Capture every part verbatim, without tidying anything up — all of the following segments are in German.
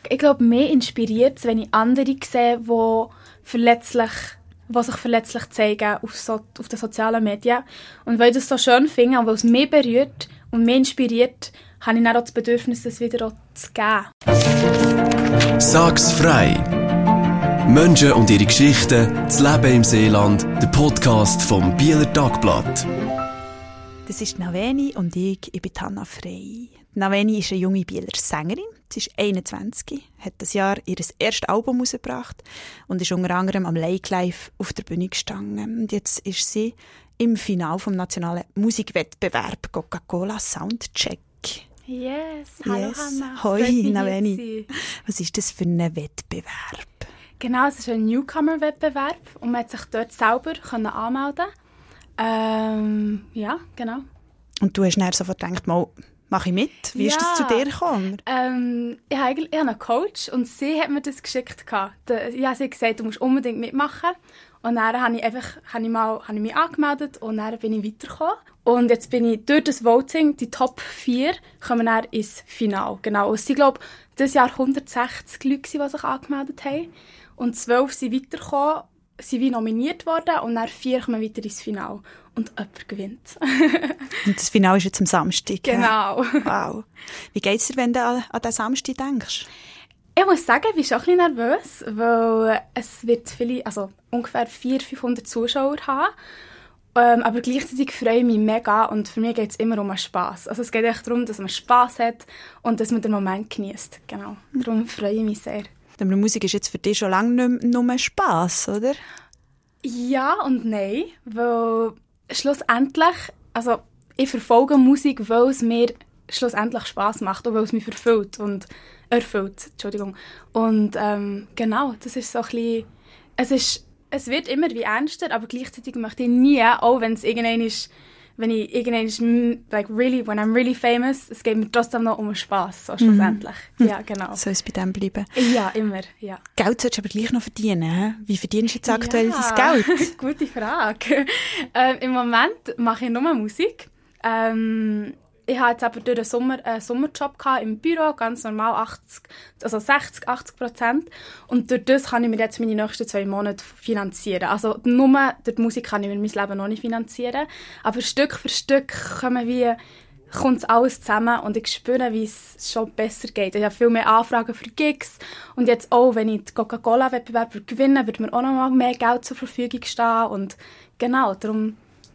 Ich glaube, mehr inspiriert es, wenn ich andere sehe, die verletzlich, die sich verletzlich zeigen auf, so, auf den sozialen Medien. Und weil ich das so schön finde und weil es mich berührt und mich inspiriert, habe ich dann auch das Bedürfnis, das wieder auch zu geben. Sag's frei! Menschen und ihre Geschichten, das Leben im Seeland, der Podcast vom Bieler Tagblatt. Das ist Naveni und ich, ich bin Hanna Frey. Naveni ist eine junge Bieler Sängerin. Sie ist einundzwanzig, hat das Jahr ihr erstes Album herausgebracht und ist unter anderem am Lake Live auf der Bühne gestanden. Und jetzt ist sie im Finale vom nationalen Musikwettbewerb Coca-Cola Soundcheck. Yes, hallo yes. Hanna. Hoi Naveni. Was ist das für ein Wettbewerb? Genau, es ist ein Newcomer-Wettbewerb und man hat sich dort selber anmelden. Ähm, ja, genau. Und du hast dann sofort gedacht, mal, mache ich mit? Wie ja. ist das zu dir gekommen? Ähm, ich habe eigentlich ich habe einen Coach und sie hat mir das geschickt. Ich habe sie gesagt, du musst unbedingt mitmachen. Und dann habe ich, einfach, habe ich, mal, habe ich mich angemeldet und dann bin ich weitergekommen. Und jetzt bin ich durch das Voting, die Top vier, kommen dann ins Finale. Genau. Es sind, glaube ich, dieses Jahr hundertsechzig Leute, die sich angemeldet haben. Und zwölf sind weitergekommen, sind wie nominiert worden und dann vier kommen weiter ins Finale. Und jemand gewinnt. Und das Finale ist jetzt am Samstag. Genau. Ja? Wow. Wie geht es dir, wenn du an, an den Samstag denkst? Ich muss sagen, ich bin schon ein bisschen nervös, weil es wird viele, also ungefähr vierhundert, fünfhundert Zuschauer haben. Ähm, aber gleichzeitig freue ich mich mega und für mich geht es immer um einen Spass. Also es geht echt darum, dass man Spass hat und dass man den Moment genießt. Genau. Darum freue ich mich sehr. Die Musik ist jetzt für dich schon lange nicht mehr nur Spass, oder? Ja und nein, weil schlussendlich, also ich verfolge Musik, weil es mir schlussendlich Spass macht und weil es mich verfüllt und erfüllt, Entschuldigung. Und ähm, genau, das ist so ein bisschen, es ist, es wird immer wie ernster, aber gleichzeitig möchte ich nie, auch wenn es irgendwann ist, wenn ich irgendwann, like really, when I'm really famous, es geht mir trotzdem noch um Spass, so schlussendlich. Mm. Ja, genau. Soll es bei dem bleiben? Ja, immer, ja. Geld solltest du aber gleich noch verdienen, he? Wie verdienst du jetzt aktuell ja. dein Geld? Gute Frage. ähm, Im Moment mache ich nur Musik. Ähm, ich hatte jetzt aber durch den Sommer einen Sommerjob im Büro, ganz normal achtzig, also sechzig, achtzig Prozent. Und durch das kann ich mir jetzt meine nächsten zwei Monate finanzieren. Also nur durch die Musik kann ich mir mein Leben noch nicht finanzieren. Aber Stück für Stück kommen wie, kommt es alles zusammen und ich spüre, wie es schon besser geht. Ich habe viel mehr Anfragen für Gigs. Und jetzt auch, wenn ich den Coca-Cola-Wettbewerb gewinne, wird mir auch noch mal mehr Geld zur Verfügung stehen. Und genau, darum,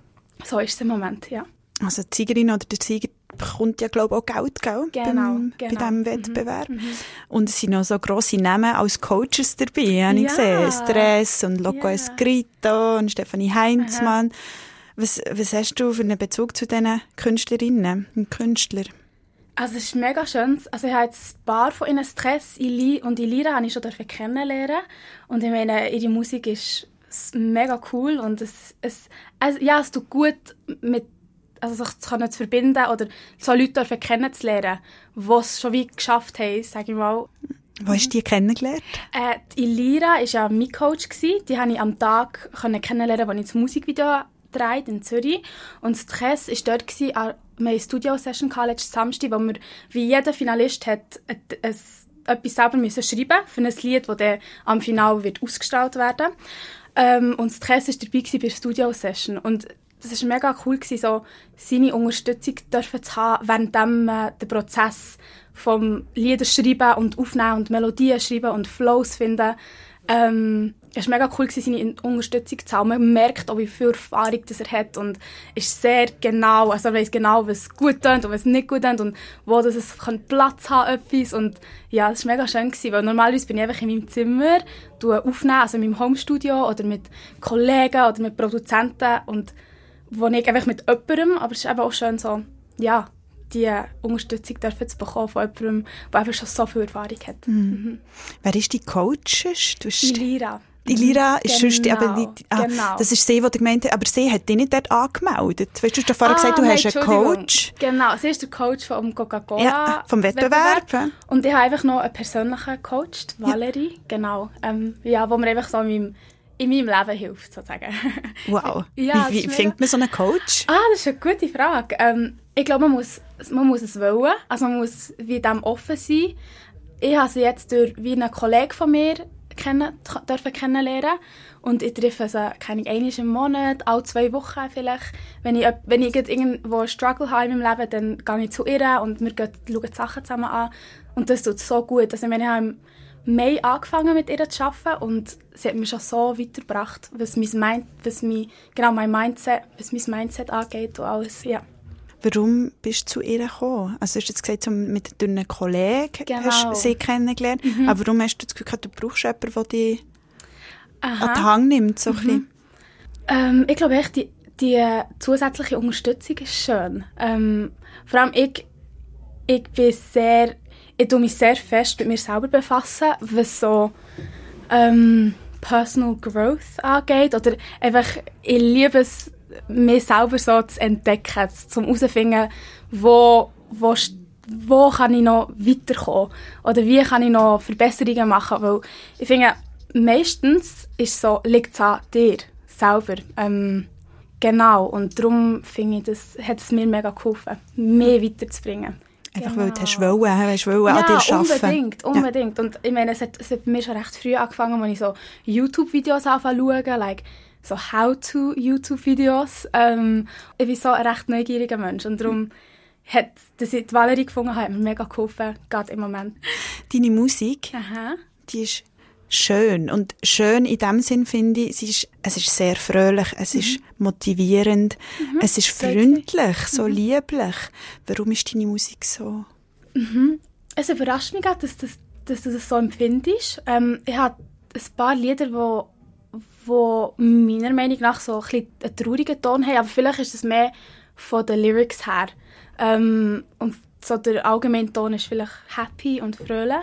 so ist es im Moment, ja. Also die Siegerin oder der Sieger bekommt ja, glaube ich, auch Geld, gell? Genau, beim, genau. Bei diesem Wettbewerb. Mhm, und es sind noch so grosse Namen als Coaches dabei, habe ich ja. gesehen. Stress und Loco Ja. Escrito und Stefanie Heinzmann. Was, was hast du für einen Bezug zu diesen Künstlerinnen und Künstlern? Also es ist mega schön. Also ich habe jetzt ein paar von ihnen, Stress Ili und Ilira, habe ich schon kennenlernen. Und ich meine, ihre Musik ist mega cool und es, es, also, ja, es tut gut mit also sich zu, zu verbinden oder so Leute kennenzulernen, die es schon wie geschafft haben, sage ich mal. Wo hast du die kennengelernt? Äh, die Ilira war ja mein Coach. Die konnte ich am Tag kennenlernen, als ich das Musikvideo gedreht in Zürich. Und Stress war dort, gewesen, wir hatten eine Studio-Session letzten Samstag, wo wir, wie jeder Finalist hat, ein, ein, etwas selber müssen schreiben für ein Lied, das dann am Finale wird ausgestrahlt werden. Ähm, und Stress war dabei bei der Studio-Session. Und das war mega cool, so seine Unterstützung dürfen zu haben, während äh, der Prozess vom Lieder schreiben und aufnehmen und Melodien schreiben und Flows finden. Ähm, es war mega cool, seine Unterstützung zu haben. Man merkt auch, wie viel Erfahrung das er hat und ist sehr genau, also er weiss genau, was gut tönt und was nicht gut tönt und wo das es kann Platz haben etwas. Und ja, das war mega schön, weil normalerweise bin ich einfach in meinem Zimmer, aufnehmen, also in meinem Homestudio oder mit Kollegen oder mit Produzenten und wo ich einfach mit jemandem, aber es ist eben auch schön so, ja, die Unterstützung dürfen zu bekommen von jemandem, der einfach schon so viel Erfahrung hat. Mhm. Mhm. Wer ist dein Coach? Du hast Ilira. Ilira ist genau, sonst, aber nicht, ah, genau. Das ist sie, die gemeint hat, aber sie hat dich nicht dort angemeldet. Weißt du, du hast vorher ah, gesagt, du nein, hast einen Coach. Genau, sie ist der Coach vom Coca-Cola. Ja, vom Wettbewerb. Wettbewerb. Und ich habe einfach noch einen persönlichen Coach, Valerie, ja. Genau, ähm, ja, wo mir einfach so in meinem, in meinem Leben hilft, sozusagen. Wow. Ja, wie wie findet man so einen Coach? Ah, das ist eine gute Frage. Ähm, ich glaube, man muss, man muss es wollen. Also man muss wie dem offen sein. ich habe sie jetzt durch wie einen Kollegen von mir kennen, dürfen kennenlernen. Und ich treffe sie, keine Ahnung, einmal im Monat, alle zwei Wochen vielleicht. Wenn ich, wenn ich irgendwo einen Struggle habe in meinem Leben, dann gehe ich zu ihr und wir gehen, schauen die Sachen zusammen an. Und das tut so gut. Also, ich meine, ich habe im Mai angefangen mit ihr zu arbeiten und sie hat mich schon so weitergebracht, was mein, Mind, was mein, genau, mein Mindset, was mein Mindset angeht und alles, ja. Warum bist du zu ihr gekommen? Also du hast jetzt gesagt, so mit einem Kollegen genau. hast du sie kennengelernt. Mhm. Aber warum hast du das Gefühl, du brauchst jemanden, der dich Aha. an den Hang nimmt? So mhm. ähm, ich glaube echt, die, die zusätzliche Unterstützung ist schön. Ähm, vor allem ich, ich bin sehr, ich tue mich sehr fest mit mir selber befassen, was so ähm, Personal Growth angeht. Oder einfach, ich liebe es, mich selber so zu entdecken, zum herauszufinden, wo, wo, wo kann ich noch weiterkommen oder wie kann ich noch Verbesserungen machen, weil ich finde, meistens ist so, liegt es an dir selber. Ähm, genau, und darum finde ich, das hat es mir mega geholfen, mehr weiterzubringen. Einfach genau. weil du hast wollen, hast wollen ja, an dir arbeiten. unbedingt, unbedingt. Ja. Und ich meine, es hat, es hat bei mir schon recht früh angefangen, als ich so YouTube-Videos anfangen zu schauen, like so How-to-YouTube-Videos. Ähm, ich bin so ein recht neugieriger Mensch und darum hat, dass ich die Valerie gefunden habe, hat mir mega geholfen, gerade im Moment. Deine Musik, Aha. die ist schön. Und schön in dem Sinn finde ich, es ist, es ist sehr fröhlich, es mhm. ist motivierend, mhm. es ist freundlich, so mhm. lieblich. Warum ist deine Musik so? Mhm. Es überrascht mich gerade, dass, dass, dass du das so empfindest. Ähm, ich habe ein paar Lieder, die wo meiner Meinung nach so ein bisschen einen traurigen Ton haben, aber vielleicht ist es mehr von den Lyrics her. Ähm, und so der allgemeine Ton ist vielleicht happy und fröhlich.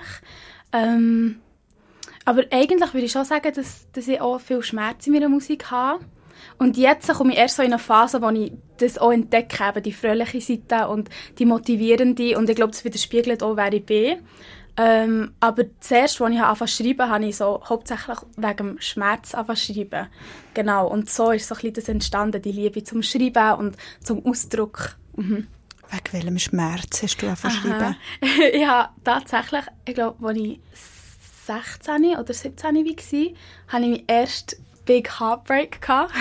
Ähm, aber eigentlich würde ich schon sagen, dass, dass ich auch viel Schmerz in meiner Musik habe. Und jetzt komme ich erst so in eine Phase, wo ich das auch entdecke, eben die fröhliche Seite und die motivierende. Und ich glaube, das widerspiegelt auch, wer ich bin. Ähm, aber zuerst, als ich angefangen zu schreiben, habe ich so hauptsächlich wegen dem Schmerz angefangen zu schreiben. Genau, und so ist so ein bisschen das entstanden, die Liebe zum Schreiben und zum Ausdruck. Mhm. Wegen welchem Schmerz hast du angefangen zu schreiben? Ja, tatsächlich, ich glaube, als ich sechzehn oder siebzehn war, hatte ich meinen ersten Big Heartbreak gehabt.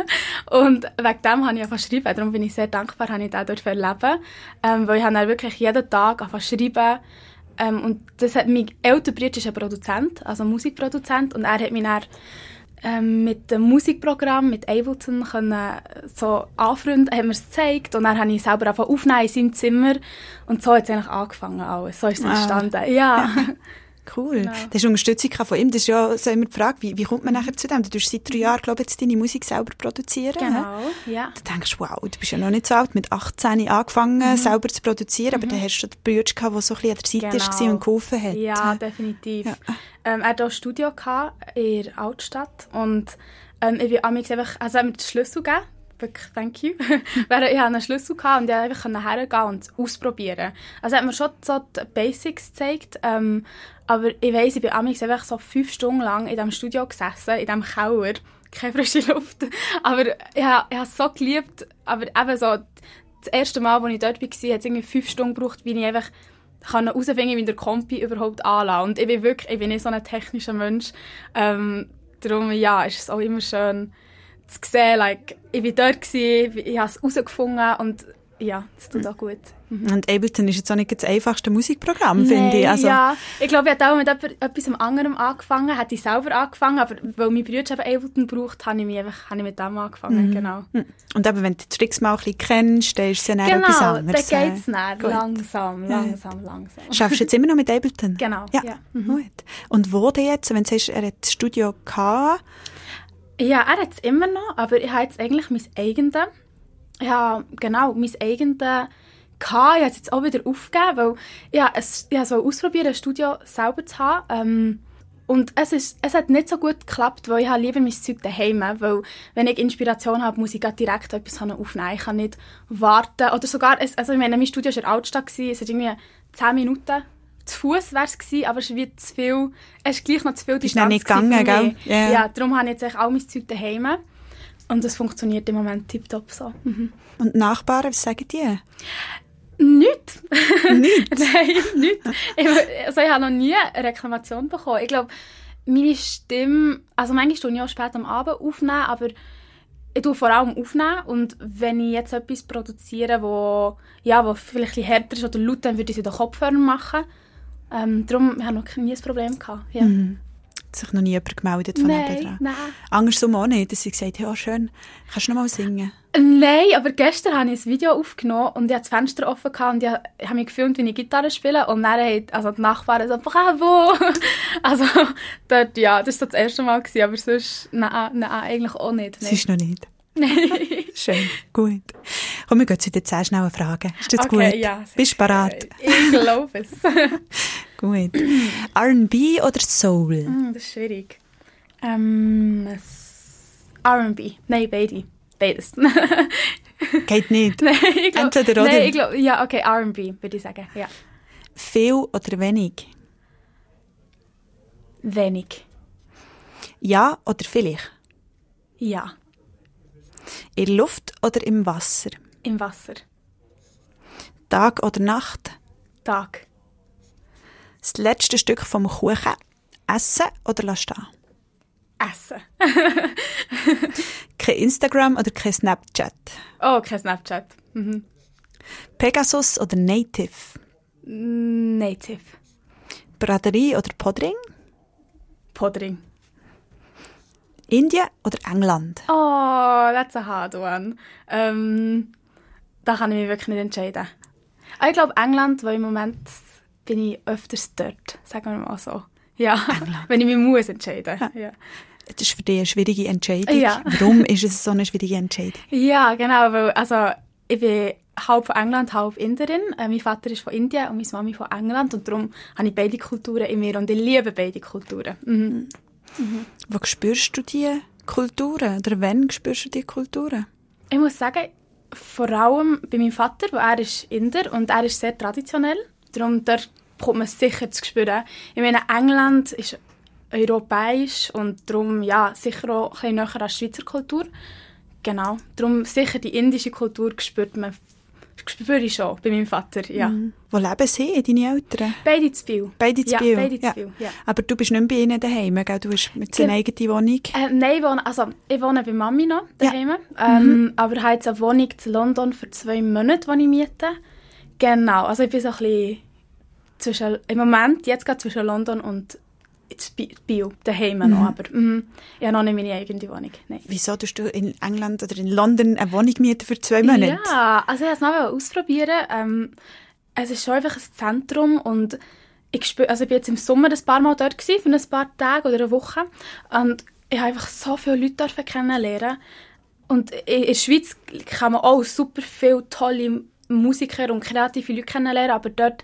Und wegen dem habe ich angefangen zu schreiben. Darum bin ich sehr dankbar, dass ich das dort erleben. Ähm, weil ich habe dann wirklich jeden Tag angefangen zu schreiben. Ähm, und das hat mein älterer Bruder ist ein Produzent, also ein Musikproduzent, und er hat mich dann ähm, mit dem Musikprogramm, mit Ableton, können, so anfreunden, hat mir es gezeigt, und dann habe ich selber angefangen aufnehmen in seinem Zimmer, und so hat es eigentlich angefangen alles. So ist es entstanden. Ah. Ja. Cool. Genau. Das ist Unterstützung von ihm. Das ist ja so immer die Frage, wie, wie kommt man nachher zu dem? Du tust seit drei Jahren, glaube ich, jetzt deine Musik selber produzieren. Genau, ja. Du denkst, wow, du bist ja noch nicht so alt, mit achtzehn angefangen, mhm. selber zu produzieren, mhm. aber dann hast du schon den Bruder gehabt, der so ein bisschen an der Seite genau. war und geholfen hat. Ja, definitiv. Ja. Ähm, er hatte auch ein Studio in der Altstadt und ähm, ich bin amigs einfach, also er hat mir den Schlüssel gegeben. Wirklich, thank you. Ich hatte einen Schlüssel und ich konnte einfach hergehen und ausprobieren. Also er hat mir schon so die Basics gezeigt, ähm, aber ich weiss, ich bin amigs einfach so fünf Stunden lang in diesem Studio gesessen, in diesem Keller, keine frische Luft. Aber ich habe, ich habe es so geliebt, aber eben so, das erste Mal, als ich dort war, hat es irgendwie fünf Stunden gebraucht, wie ich einfach herausfinden, wie der Kompi überhaupt anlässt. Und ich bin wirklich, ich bin nicht so ein technischer Mensch. Ähm, darum, ja, ist es auch immer schön zu sehen, like, ich war dort, gewesen, ich habe es herausgefunden und ja, das tut auch gut. Mhm. Und Ableton ist jetzt auch nicht das einfachste Musikprogramm, finde ich. Also ja, ich glaube, ich habe auch mit etwas anderem angefangen, hätte ich selber angefangen, aber weil mein Bruder eben Ableton braucht, habe ich, mich einfach, habe ich mit dem angefangen, mhm. genau. Und eben, wenn du die Tricks mal ein bisschen kennst, dann ist es ja dann genau, etwas anderes. Genau, dann geht es dann langsam, langsam, ja. langsam. Schaffst du jetzt immer noch mit Ableton? Genau, ja. ja. Mhm. Gut. Und wo denn jetzt, wenn du sagst, er hat das Studio gehabt? Ja, er hat es immer noch, aber ich habe jetzt eigentlich mein eigenes. Ich habe, genau, mein eigenes gehabt. Ich habe es jetzt auch wieder aufgegeben, weil ja, es, ich so ausprobiert, ein Studio selber zu haben. Ähm, und es, ist, es hat nicht so gut geklappt, weil ich habe lieber mein Zeug daheim, weil wenn ich Inspiration habe, muss ich direkt etwas aufnehmen. Ich kann nicht warten. Oder sogar, also ich meine, mein Studio war in der Altstadt, es hat irgendwie zehn Minuten zu Fuß wäre es gewesen, aber es ist wie zu viel, es ist gleich noch zu viel Distanz. Ist nicht gegangen, gell? Yeah. Ja, darum habe ich jetzt auch mein Zeug daheim. Und das funktioniert im Moment tipptopp so. Mhm. Und Nachbarn, was sagen die? Nichts. Nichts? Nein, nichts. Ich, also ich habe noch nie eine Reklamation bekommen. Ich glaube, meine Stimme, also manchmal tue ich auch spät am Abend aufnehmen, aber ich tue vor allem aufnehmen und wenn ich jetzt etwas produziere, wo, ja, wo vielleicht ein bisschen härter ist oder laut, dann würde ich es in den Kopfhörern machen. Ähm, darum habe ich noch nie ein Problem gehabt. Ja. Mhm. Hat sich noch nie jemand gemeldet von Nein, nebenan? nein. Andersrum auch nicht, dass sie gesagt haben, ja schön, kannst du noch mal singen? Nein, aber gestern habe ich ein Video aufgenommen und ich hatte das Fenster offen gehabt und ich habe mich gefilmt, wie ich Gitarre spiele und dann haben also die Nachbarn so «Bravo!» Also dort, ja, das war so das erste Mal, gewesen, aber sonst, nein, nein, eigentlich auch nicht. Das ist noch nicht. Nein. Schön, gut. Komm, wir gehen zu den zehn schnellen Fragen. Ist das Okay, gut? ja, Bist du bereit? Ich glaube es. Gut. R and B oder Soul? Mm, das ist schwierig. Ähm, R and B. Nein, beide. Beides. Geht nicht. Nein, ich glaub, Entweder oder? Nein, ich glaube, ja, okay, R and B, würde ich sagen, ja. Viel oder wenig? Wenig. Ja oder vielleicht? Ja, In der Luft oder im Wasser? im Wasser. Tag oder Nacht? Tag. Das letzte Stück vom Kuchen essen oder lassen stehen? Essen. Kein Instagram oder kein Snapchat? Oh, kein Snapchat. Mhm. Pegasus oder Native? Native. Braderie oder Podring? Podring. Indien oder England? Oh, that's a hard one. Ähm, da kann ich mich wirklich nicht entscheiden. Aber ich glaube England, weil im Moment bin ich öfters dort, sagen wir mal so. Ja, wenn ich mich muss entscheiden. Ja. Ja. Das ist für dich eine schwierige Entscheidung. Ja. Warum ist es so eine schwierige Entscheidung? Ja, genau, weil also, ich bin halb von England, halb Inderin. Äh, mein Vater ist von Indien und meine Mami von England und darum habe ich beide Kulturen in mir und ich liebe beide Kulturen. Mhm. Mhm. Wo spürst du diese Kulturen? Oder wann spürst du diese Kulturen? Ich muss sagen, vor allem bei meinem Vater, weil er ist Inder und er ist sehr traditionell. Darum dort kommt man sicher zu spüren. Ich meine, England ist europäisch und darum ja, sicher auch ein bisschen näher an der Schweizer Kultur. Genau. Darum sicher die indische Kultur spürt man, spüre ich schon bei meinem Vater, ja. Mhm. Wo leben sie, deine Eltern? Beide zu Biel. Beide zu ja, Biel? Beide zu Ja. Biel, ja. Aber du bist nicht mehr bei ihnen daheim, gell? Du hast mit seiner Ge- eigenen Wohnung. Äh, nein, ich wohne, also, ich wohne bei Mami noch daheim. Ja. Ähm, Mhm. Aber ich habe jetzt eine Wohnung in London für zwei Monate, die ich miete. Genau, also ich bin so ein bisschen zwischen, im Moment, jetzt gerade zwischen London und Biel, daheim Mhm. noch. Aber mhm, ich habe noch nicht meine eigene Wohnung. Nein. Wieso tust du in England oder in London eine Wohnung mieten für zwei Monate? Ja, also ich wollte es noch ausprobieren. Ähm, es ist schon einfach ein Zentrum und ich, spür, also ich bin jetzt im Sommer ein paar Mal dort gewesen, für ein paar Tage oder eine Woche und ich habe einfach so viele Leute kennenlernen. Und in der Schweiz kann man auch super viele tolle Musiker und kreative Leute kennenlernen, aber dort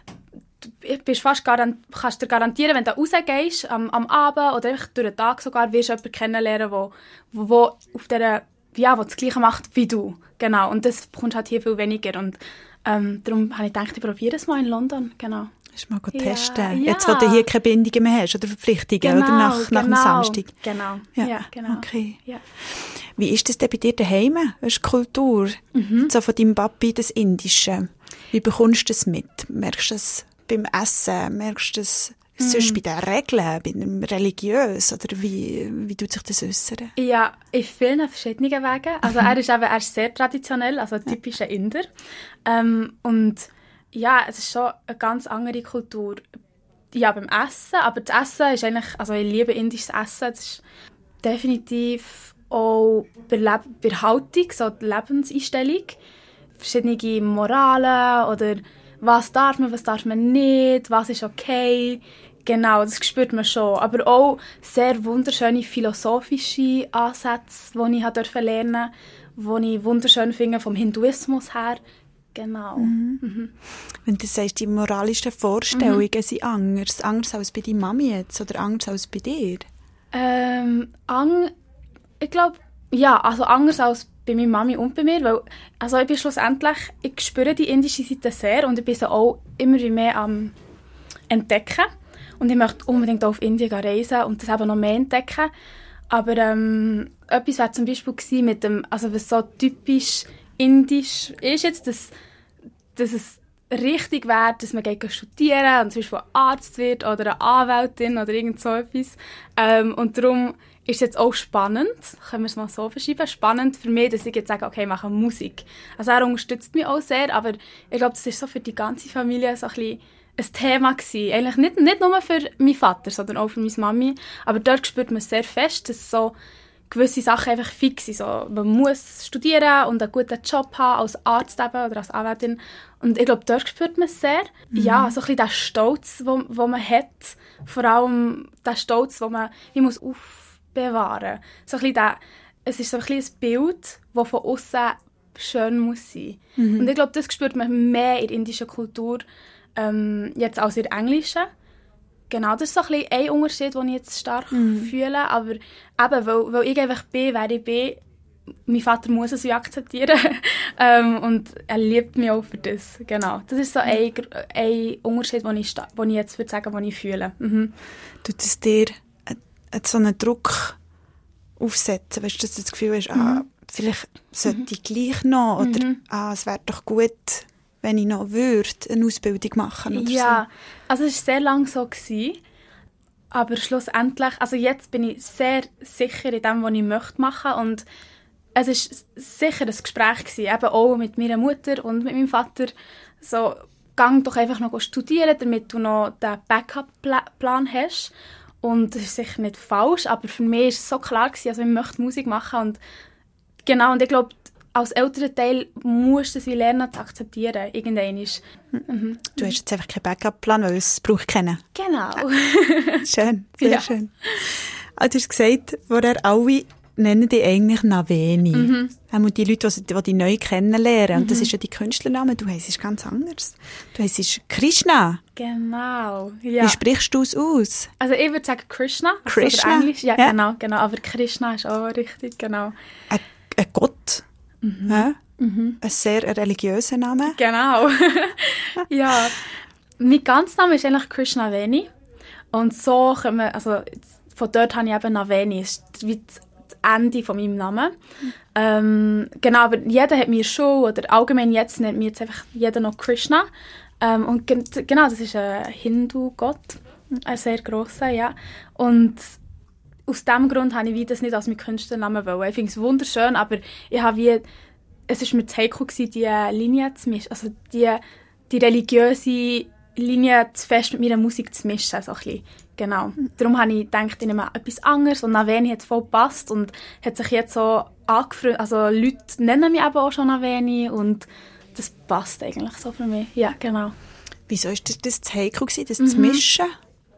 du bist fast garant, kannst dir garantieren, wenn du rausgehst am, am Abend oder einfach durch den Tag sogar, wirst du jemanden kennenlernen, wo, wo, wo auf der, ja, wo das Gleiche macht wie du. Genau. Und das bekommst du halt hier viel weniger. Und ähm, darum habe ich gedacht, ich probiere es mal in London. Genau. Hast du mal Ja, testen? ja. Jetzt, wo du hier keine Bindungen mehr hast oder Verpflichtungen Genau, oder nach, nach dem genau, Samstag. Genau. Ja, Ja, genau. okay. Ja. Wie ist das denn bei dir daheim? Was ist die Kultur? Mhm. So von deinem Papi, das Indische. Wie bekommst du das mit? Merkst du das beim Essen? Merkst du das sonst bei den Regeln, bei dem Religiös? Oder wie, wie tut sich das äußern? Ja, in vielen verschiedenen Wegen. Also er ist eben er ist sehr traditionell, also typischer Inder. Ähm, und ja, es ist schon eine ganz andere Kultur. Ja, beim Essen, aber das Essen ist eigentlich, also ich liebe indisches Essen, das ist definitiv auch bei, Leb- bei der Haltung, so die Lebenseinstellung, verschiedene Moralen oder was darf man, was darf man nicht, was ist okay. Genau, das spürt man schon. Aber auch sehr wunderschöne philosophische Ansätze, die ich durfte lernen durfte, die ich wunderschön finde vom Hinduismus her. Genau. Mhm. Mhm. Wenn du sagst, die moralischen Vorstellungen mhm. sind anders, anders als bei deiner Mami jetzt oder anders als bei dir? Ähm, ang, ich glaube, ja, also anders als bei meiner Mami und bei mir, weil also ich bin schlussendlich, ich spüre die indische Seite sehr und ich bin sie auch immer mehr am entdecken und ich möchte unbedingt auch auf Indien reisen und das eben noch mehr entdecken, aber ähm, etwas wäre zum Beispiel gewesen mit dem, also was so typisch indisch ist jetzt, dass dass es richtig wäre, dass man geht studieren und zum Beispiel Arzt wird oder eine Anwältin oder irgend so etwas. Ähm, und darum ist es jetzt auch spannend, können wir es mal so verschieben, spannend für mich, dass ich jetzt sage, okay, ich mache Musik. Also er unterstützt mich auch sehr, aber ich glaube, das ist so für die ganze Familie so ein bisschen ein Thema gewesen. Eigentlich nicht, nicht nur für meinen Vater, sondern auch für meine Mami. Aber dort spürt man sehr fest, dass so gewisse Sachen einfach fix sind. So, man muss studieren und einen guten Job haben, als Arzt eben oder als Anwältin. Und ich glaube, dort spürt man es sehr. Mhm. Ja, so ein bisschen den Stolz, den man hat. Vor allem den Stolz, den man wie muss aufbewahren muss. So ein bisschen der, es ist so ein, ein Bild, das von außen schön muss sein. Mhm. Und ich glaube, das spürt man mehr in der indischen Kultur ähm, jetzt als in der englischen. Genau, das ist so ein, bisschen ein Unterschied, den ich jetzt stark mhm. fühle. Aber eben, weil, weil ich einfach bin, wer ich bin, mein Vater muss es ja akzeptieren. ähm, und er liebt mich auch für das. Genau. Das ist so ein, ein Unterschied, den ich, den ich jetzt würde sagen, den ich fühle. Mhm. Tut es dir so einen Druck aufsetzen? Weißt du, dass du das Gefühl hast, mhm. ah, vielleicht sollte mhm. ich gleich noch? Oder mhm. ah, es wäre doch gut, wenn ich noch würde, eine Ausbildung machen oder ja, so. Also es war sehr lange so gewesen, aber schlussendlich, also jetzt bin ich sehr sicher in dem, was ich möchte machen und es war sicher ein Gespräch gewesen, eben auch mit meiner Mutter und mit meinem Vater, so, gang doch einfach noch studieren, damit du noch den Backup-Plan hast und das ist sicher nicht falsch, aber für mich war es so klar gewesen, also ich möchte Musik machen und genau, und ich glaube, als älterer Teil musst du es wie lernen zu akzeptieren, irgendwann ist. Mhm. Du hast jetzt einfach keinen Backup-Plan, weil es braucht keinen. Genau. Schön, sehr ja. schön. Also, du hast gesagt, vorher alle nennen dich eigentlich Naveni. Mhm. Auch die Leute, die, die dich neu kennenlernen. Mhm. Und das ist ja dein Künstlername. Du heisst ganz anders. Du heisst Krishna. Genau, ja. Wie sprichst du es aus? Also ich würde sagen Krishna. Krishna? Also Englisch. Ja, ja, genau, genau. Aber Krishna ist auch richtig, genau. Ein, ein Gott. Mhm. Ja? Mhm. Ein sehr religiöser Name. Genau. ja. Mein ganzer Name ist eigentlich Krishna Veni. Und so können wir, also von dort habe ich eben Naveni. Das ist wie das Ende von meinem Namen. Mhm. Ähm, genau, aber jeder hat mir schon, oder allgemein jetzt nennt mir jetzt einfach jeder noch Krishna. Ähm, und gen- genau, das ist ein Hindu-Gott. Ein sehr grosser, ja. Und aus diesem Grund habe ich wie das nicht als mein Künstlernamen wollen. Ich finde es wunderschön, aber ich habe wie, es war mir zu heikel gewesen, die Linie zu mischen, also die, die religiöse Linie zu fest mit meiner Musik zu mischen, so ein bisschen. Genau. Mhm. Darum habe ich gedacht, ich nehme etwas anderes und Naveni hat voll gepasst und hat sich jetzt so angefreundet, also Leute nennen mich eben auch schon Naveni und das passt eigentlich so für mich. Ja, genau. Wieso war das, das zu heikel gewesen, das mhm. zu mischen?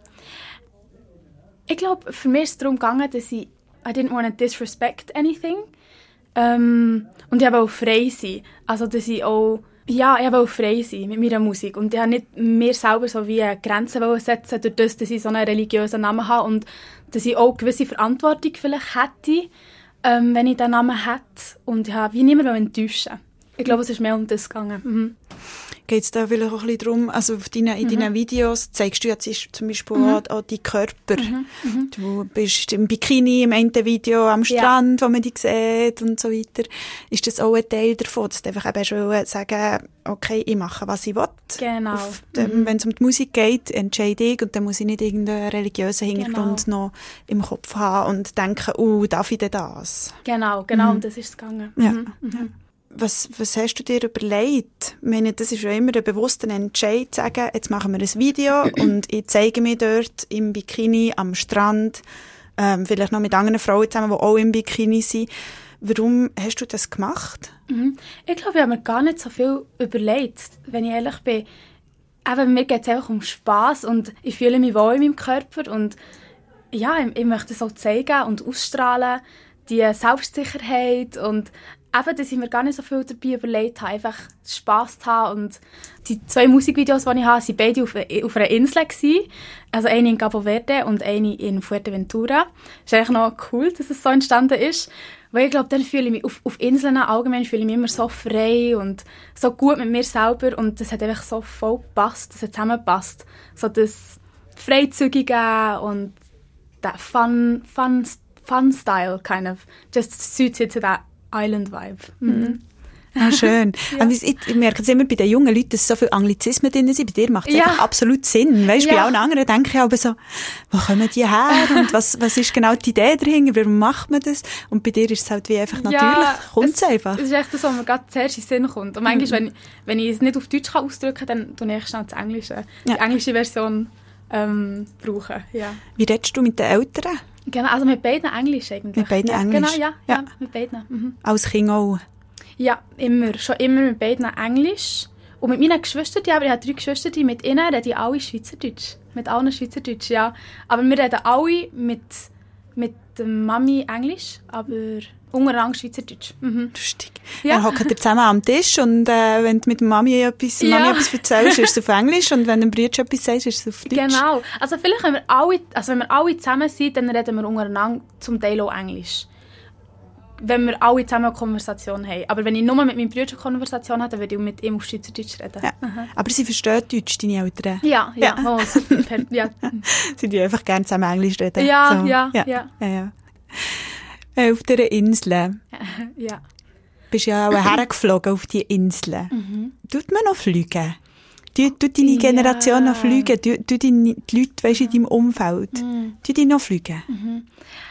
Ich glaube, für mich ist es darum gegangen, dass ich I didn't want to disrespect anything. Ähm, und ich habe auch frei sein. Also, dass ich auch, ja, ich habe auch frei sein mit meiner Musik. Und ich habe nicht mir selber so wie Grenzen setzen, durch das, dass ich so einen religiösen Namen habe und dass ich auch gewisse Verantwortung vielleicht hätte, ähm, wenn ich diesen Namen hätte. Und ich habe wie niemanden enttäuschen. Ich glaube, es ist mehr um das gegangen. Mhm. Geht es da vielleicht auch ein bisschen darum, also auf deine, in mhm. deinen Videos zeigst du jetzt zum Beispiel mhm. auch, auch die Körper. Mhm. Mhm. Du bist im Bikini im einen Video am Strand, ja. wo man dich sieht und so weiter. Ist das auch ein Teil davon, dass du einfach eben schon sagen, okay, ich mache, was ich will? Genau. Mhm. Wenn es um die Musik geht, entscheide ich und dann muss ich nicht irgendeinen religiösen Hintergrund genau. noch im Kopf haben und denken, oh, darf ich denn das? Genau, genau, mhm. um das ist es gegangen. Ja. Mhm. Mhm. Was, was hast du dir überlegt? Ich meine, das ist ja immer ein bewusster Entscheid, zu sagen, jetzt machen wir ein Video und ich zeige mich dort im Bikini am Strand, ähm, vielleicht noch mit anderen Frauen zusammen, die auch im Bikini sind. Warum hast du das gemacht? Mhm. Ich glaube, ich habe mir gar nicht so viel überlegt, wenn ich ehrlich bin. Eben, mir geht es einfach um Spass und ich fühle mich wohl in meinem Körper und ja, ich, ich möchte es auch zeigen und ausstrahlen, die Selbstsicherheit und eben, dass ich mir gar nicht so viel dabei überlegt habe, einfach Spass zu haben. Und die zwei Musikvideos, die ich habe, waren beide auf, auf einer Insel gewesen. Also eine in Cabo Verde und eine in Fuerteventura. Es ist eigentlich noch cool, dass es so entstanden ist. Weil ich glaube, dann fühle ich mich, auf, auf Inseln allgemein fühle ich mich immer so frei und so gut mit mir selber. Und das hat einfach so voll gepasst, das hat zusammengepasst. So das Freizügige und der Fun, Fun, Fun Style kind of just suited to that Island Vibe. Mhm. Ah, schön. Ja. Aber ich, ich merke es immer bei den jungen Leuten, dass so viele Anglizismen drin sind. Bei dir macht es ja. einfach absolut Sinn. Weißt, ja. Bei allen anderen denke ich aber so, wo kommen die her? Und was, was ist genau die Idee dahinter? Warum macht man das? Und bei dir ist es halt wie einfach natürlich. Ja, kommt es einfach. Es ist echt das, was mir gerade zuerst in den Sinn kommt. Und manchmal, mhm. wenn, wenn ich es nicht auf Deutsch kann ausdrücken kann, dann tue ich schnell das Englische. Die ja. englische Version ähm, brauchen. Ja. Wie redest du mit den Eltern? Genau, also mit beiden Englisch eigentlich. Mit beiden ja, Englisch? Genau, ja, ja. ja. mit beiden. Mhm. Als Kind auch? Ja, immer. Schon immer mit beiden Englisch. Und mit meinen Geschwistern, aber ich habe drei Geschwister, mit ihnen rede ich alle Schweizerdeutsch. Mit allen Schweizerdeutsch, ja. Aber wir reden alle mit, mit der Mami Englisch, aber untereinander Schweizerdeutsch. Mhm. Lustig. Ja. Dann hocken ihr zusammen am Tisch und äh, wenn du mit der Mami etwas, ja. Mami etwas erzählst, ist es auf Englisch und wenn du dem Bruder etwas sagst, ist es auf Deutsch. Genau. Also vielleicht, wenn wir alle, also wenn wir alle zusammen sind, dann reden wir untereinander zum Teil auch Englisch. Wenn wir alle zusammen eine Konversation haben. Aber wenn ich nur mit meinem Bruder eine Konversation habe, dann würde ich mit ihm auf Schweizerdeutsch reden. Ja. Aber sie verstehen Deutsch, deine Eltern? Ja, ja. ja. Oh, super. Ja. Sie reden einfach gerne zusammen Englisch reden. Ja, so. ja, ja, ja. ja, ja. Äh, auf dieser Insel. Ja. Bist ja auch hergeflogen auf diese Insel. Mhm. Tut man noch fliegen? Tut, tut deine Generation ja. noch fliegen? Tut, tut die, die Leute weißt, in deinem Umfeld? Mhm. Tut die noch fliegen? Mhm.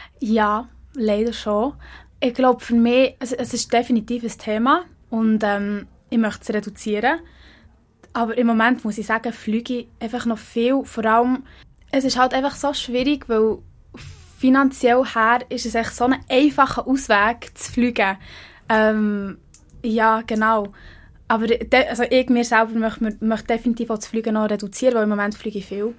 Ja, leider schon. Ich glaube, für mich, also es ist definitiv ein Thema und ähm, ich möchte es reduzieren. Aber im Moment muss ich sagen, fliege ich einfach noch viel. Vor allem, es ist halt einfach so schwierig, weil finanziell her ist es echt so ein einfacher Ausweg zu fliegen. Ähm, ja, genau. Aber de, also ich mir selber möchte, möchte definitiv auch das Fliegen noch reduzieren, weil im Moment fliege ich viel.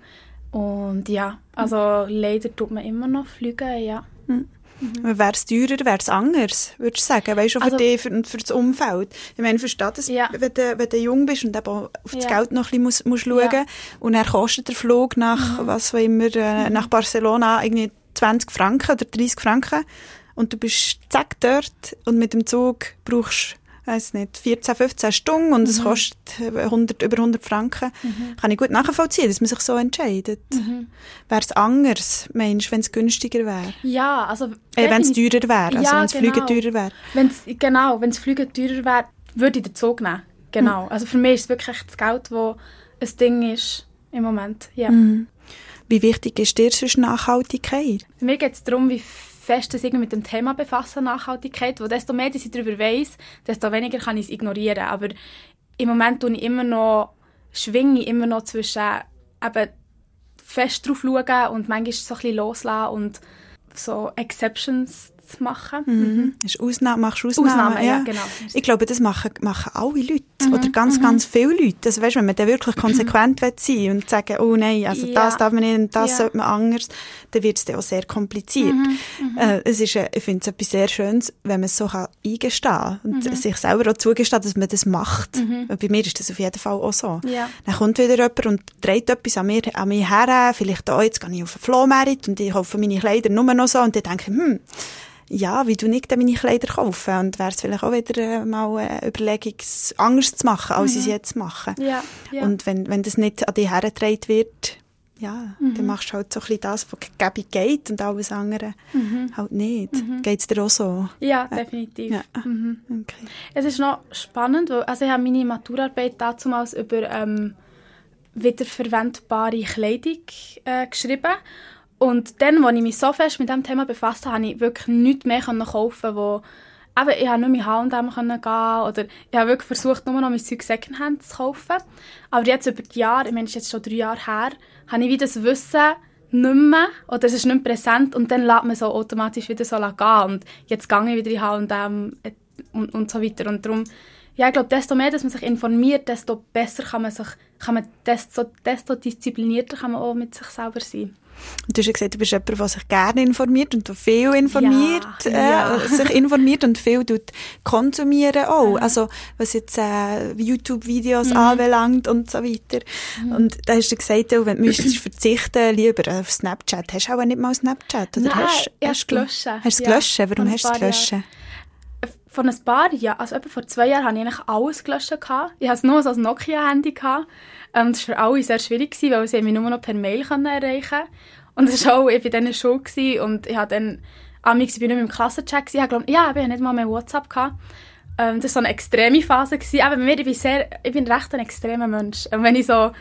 Und ja, also mhm. leider tut man immer noch fliegen, ja. Mhm. Mhm. Wäre es teurer, wäre es anders, würdest du sagen? Weißt du, für also, dich und für, für das Umfeld? Ich meine, verstehe das, ja. wenn, du, wenn du jung bist und eben auf das ja. Geld noch ein bisschen musst, musst schauen ja. und dann kostet der Flug nach, mhm. was auch immer, äh, nach Barcelona irgendwie zwanzig Franken oder dreißig Franken und du bist zack dort und mit dem Zug brauchst weiss nicht, vierzehn, fünfzehn Stunden und mhm. es kostet hundert, über hundert Franken. Mhm. Kann ich gut nachvollziehen, dass man sich so entscheidet. Mhm. Wäre es anders, meinst du, wenn es günstiger wäre? Ja, also... Äh, wenn es teurer wäre, also ja, wenn es genau. Flüge teurer wäre. Wenn's, genau, wenn es Flüge teurer wäre, würde ich den Zug nehmen. Genau. Mhm. Also für mich ist es wirklich das Geld, das ein Ding ist im Moment. Ja. Mhm. Wie wichtig ist dir sonst Nachhaltigkeit? Für mich geht es darum, wie fest ich mit dem Thema befassen, Nachhaltigkeit. Wo desto mehr ich darüber weiss, desto weniger kann ich es ignorieren. Aber im Moment tue ich immer noch, schwinge ich immer noch zwischen eben fest drauf schauen und manchmal so ein bisschen loslassen und so Exceptions zu machen. Mhm. Mhm. Ist Ausnahme, machst du Ausnahmen? Ausnahmen, ja, ja, genau. Ich glaube, das machen, machen alle Leute. Mhm. Oder ganz, mhm. ganz viele Leute. Also, weißt, wenn man dann wirklich konsequent mhm. sein will und sagen, oh nein, also ja. das darf man nicht und das ja. sollte man anders, dann wird es dann auch sehr kompliziert. Mhm. Mhm. Äh, es ist, ich finde es etwas sehr Schönes, wenn man es so kann eingestehen kann und mhm. sich selber auch zugesteht, dass man das macht. Mhm. Bei mir ist das auf jeden Fall auch so. Ja. Dann kommt wieder jemand und dreht etwas an mir, an mich her, vielleicht auch, jetzt gehe ich auf den Flohmarkt und ich kaufe meine Kleider nur noch so und dann denke ich, hm, ja, wie du nicht meine Kleider kaufen und wäre es vielleicht auch wieder äh, mal eine Überlegung, es anders zu machen, als mhm. ich es jetzt mache. Ja, ja. Und wenn, wenn das nicht an dich hergetragen wird, ja, mhm. dann machst du halt so ein bisschen das, was gäbe geht und alles andere mhm. halt nicht. Mhm. Geht es dir auch so? Ja, definitiv. Ja. Mhm. Okay. Es ist noch spannend, weil also ich habe meine Maturarbeit damals über ähm, wiederverwendbare Kleidung äh, geschrieben. Und dann, als ich mich so fest mit diesem Thema befasst habe, konnte ich wirklich nichts mehr kaufen, wo eben, ich konnte nur mit H und M gehen oder ich habe wirklich versucht, nur noch mein Zeug Secondhand zu kaufen. Aber jetzt über die Jahre, ich meine, es ist jetzt schon drei Jahre her, habe ich wieder das Wissen nicht mehr oder es ist nicht mehr präsent und dann lässt man so automatisch wieder so gehen und jetzt gehe ich wieder in H und M und, und so weiter. Und darum, ja, ich glaube, desto mehr, dass man sich informiert, desto besser kann man sich, kann man, desto, desto disziplinierter kann man auch mit sich selber sein. Und du hast ja gesagt, du bist jemand, der sich gerne informiert und viel informiert, ja, ja. Äh, sich informiert und viel tut konsumieren auch. Ja. Also, was jetzt äh, YouTube-Videos mhm. anbelangt und so weiter. Mhm. Und da hast du gesagt, wenn du müsstest verzichten, lieber auf Snapchat. Hast du auch nicht mal Snapchat? Oder Nein, hast, ich hast du gelöscht. Hast du es gelöscht? Ja. Warum hast du es gelöscht? Jahren. Vor ein paar Jahren, also etwa vor zwei Jahren, hatte ich eigentlich alles gelöscht. Ich hatte nur so ein Nokia-Handy. Ähm, das war für alle sehr schwierig, weil sie mich nur noch per Mail erreichen konnten. Und es war auch, ich war dann in der Schule und ich habe dann, amigs, ich war nicht mehr im Klassenchat, ich glaube, ja, ich hatte nicht mal mehr WhatsApp gehabt. Ähm, das war so eine extreme Phase gewesen. Aber bei mir, ich bin, sehr, ich bin recht ein extremer Mensch. Und wenn ich so...